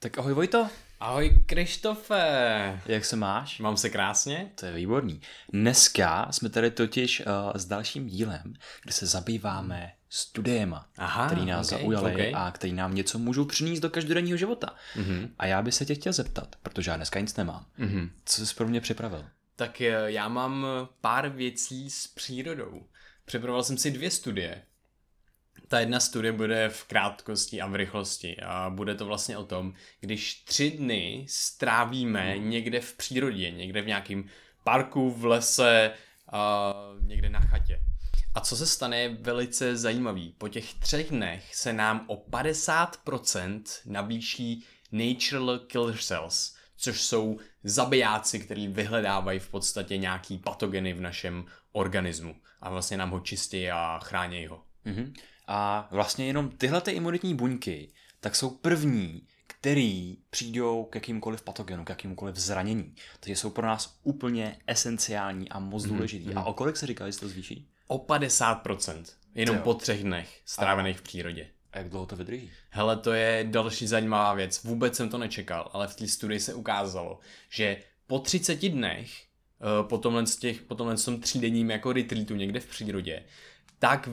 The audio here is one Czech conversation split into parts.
Tak ahoj Vojto. Ahoj Krištofe. Jak se máš? Mám se krásně? To je výborný. Dneska jsme tady totiž s dalším dílem, kde se zabýváme studiema, který nás zaujaly a který nám něco můžou přinést do každodenního života. A já bych se tě chtěl zeptat, protože já dneska nic nemám. Co jsi pro mě připravil? Tak já mám pár věcí s přírodou. Připravoval jsem si 2 studie. Ta jedna studie bude v krátkosti a v rychlosti a bude to vlastně o tom, když 3 dny strávíme někde v přírodě, někde v nějakém parku, v lese, někde na chatě. A co se stane je velice zajímavý. Po těch 3 dnech se nám o 50% navýší natural killer cells, což jsou zabijáci, který vyhledávají v podstatě nějaký patogeny v našem organismu a vlastně nám ho čistí a chrání ho. A vlastně jenom tyhle ty imunitní buňky tak jsou první, který přijdou k jakýmkoliv patogenu, k jakýmkoliv zranění. Takže jsou pro nás úplně esenciální a moc důležitý. A o kolik se říká, že se to zvýší? O 50%. Jenom po 3 dnech strávených v přírodě. A jak dlouho to vydrží? Hele, to je další zajímavá věc. Vůbec jsem to nečekal, ale v té studii se ukázalo, že po 30 dnech, po tomhle 3denním jako retreatu někde v přírodě, tak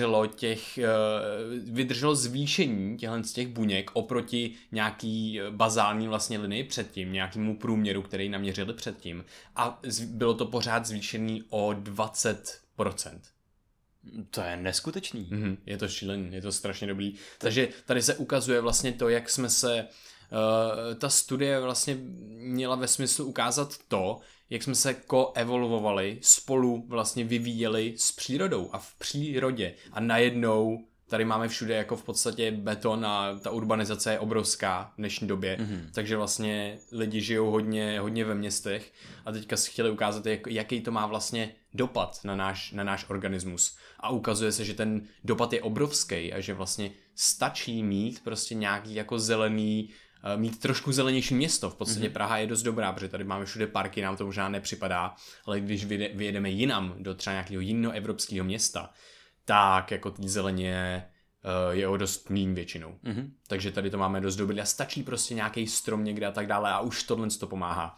vydrželo zvýšení těch buněk oproti nějaký bazální vlastně linii předtím, nějakému průměru, který naměřili předtím. A bylo to pořád zvýšený o 20%. To je neskutečný. Je to šílený, je to strašně dobrý. Takže tady se ukazuje vlastně to, jak jsme se... ta studie vlastně měla ve smyslu ukázat to, jak jsme se koevolvovali, spolu vlastně vyvíjeli s přírodou a v přírodě. A najednou tady máme všude jako v podstatě beton a ta urbanizace je obrovská v dnešní době. Takže vlastně lidi žijou hodně ve městech a teďka si chtěli ukázat, jaký to má vlastně dopad na náš organismus. A ukazuje se, že ten dopad je obrovský a že vlastně stačí mít prostě nějaký jako zelený, mít trošku zelenější město. V podstatě Praha je dost dobrá, protože tady máme všude parky, nám to možná nepřipadá, ale když vyjedeme jinam do třeba nějakého jiného evropského města, tak jako tý zeleně je o dost míň většinou. Takže tady to máme dost dobrý a stačí prostě nějaký strom někde a tak dále a už tohle to pomáhá.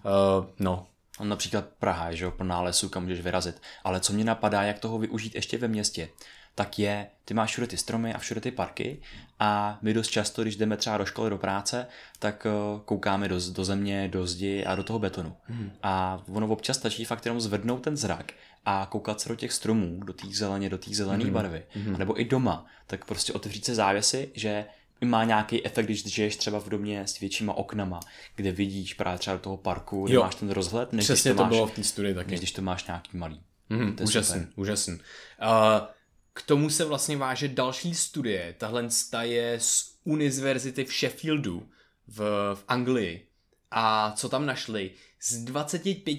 Například Praha je, že jo, plná lesů, kam můžeš vyrazit. Ale co mě napadá, jak toho využít ještě ve městě, tak je, ty máš všude ty stromy a všude ty parky a my dost často, když jdeme třeba do školy, do práce, tak koukáme do země, do zdi a do toho betonu. A ono občas stačí fakt jenom zvednout ten zrak a koukat se do těch stromů, do té zelené barvy. A nebo i doma, tak prostě otevřít se závěsy, že má nějaký efekt, když žiješ třeba v domě s většíma oknama, kde vidíš právě třeba do toho parku, kde máš ten rozhled, než přesně to bylo v té studii taky. Než když to máš nějaký malý. Úžasný. K tomu se vlastně váže další studie. Tahle je z univerzity v Sheffieldu v Anglii. A co tam našli? Z 25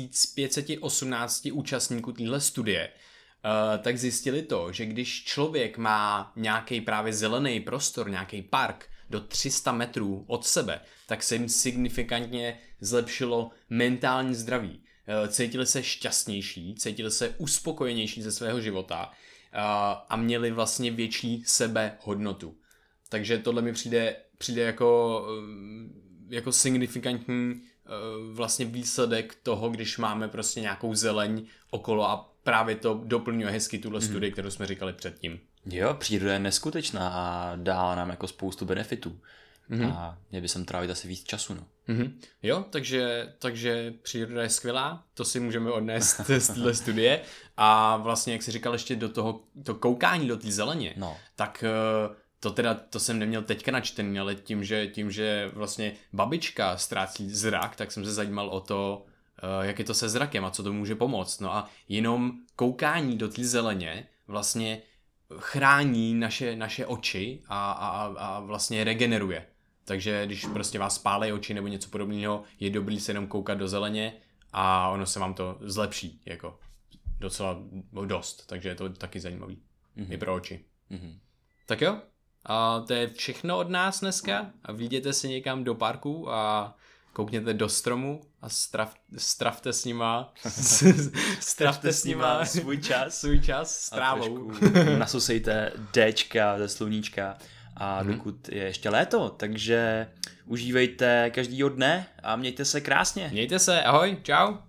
518 účastníků téhle studie tak zjistili to, že když člověk má nějaký právě zelený prostor, nějaký park do 300 metrů od sebe, tak se jim signifikantně zlepšilo mentální zdraví. Cítili se šťastnější, cítili se uspokojenější ze svého života a měli vlastně větší sebehodnotu. Takže tohle mi přijde jako signifikantní vlastně výsledek toho, když máme prostě nějakou zeleň okolo a právě to doplňuje hezky tuhle studii, kterou jsme říkali předtím. Jo, příroda je neskutečná a dá nám jako spoustu benefitů. A mě by sem trávit asi víc času, no. Jo, takže příroda je skvělá, to si můžeme odnést z téhle studie a vlastně, jak jsi říkal, ještě do toho to koukání do té zeleně, tak to jsem neměl teďka načtený, ale tím, že vlastně babička ztrácí zrak, tak jsem se zajímal o to, jak je to se zrakem a co to může pomoct. No a jenom koukání do té zeleně vlastně chrání naše oči a vlastně regeneruje. Takže když prostě vás pálí oči nebo něco podobného, je dobrý se jenom koukat do zeleně a ono se vám to zlepší jako docela dost. Takže je to taky zajímavý. I pro oči. Tak jo, a to je všechno od nás dneska a vyjděte si někam do parku a koukněte do stromu a stravte s nima svůj čas s trávou. Nasusejte Dčka ze sluníčka a dokud je ještě léto, takže užívejte každýho dne a mějte se krásně. Mějte se, ahoj, čau.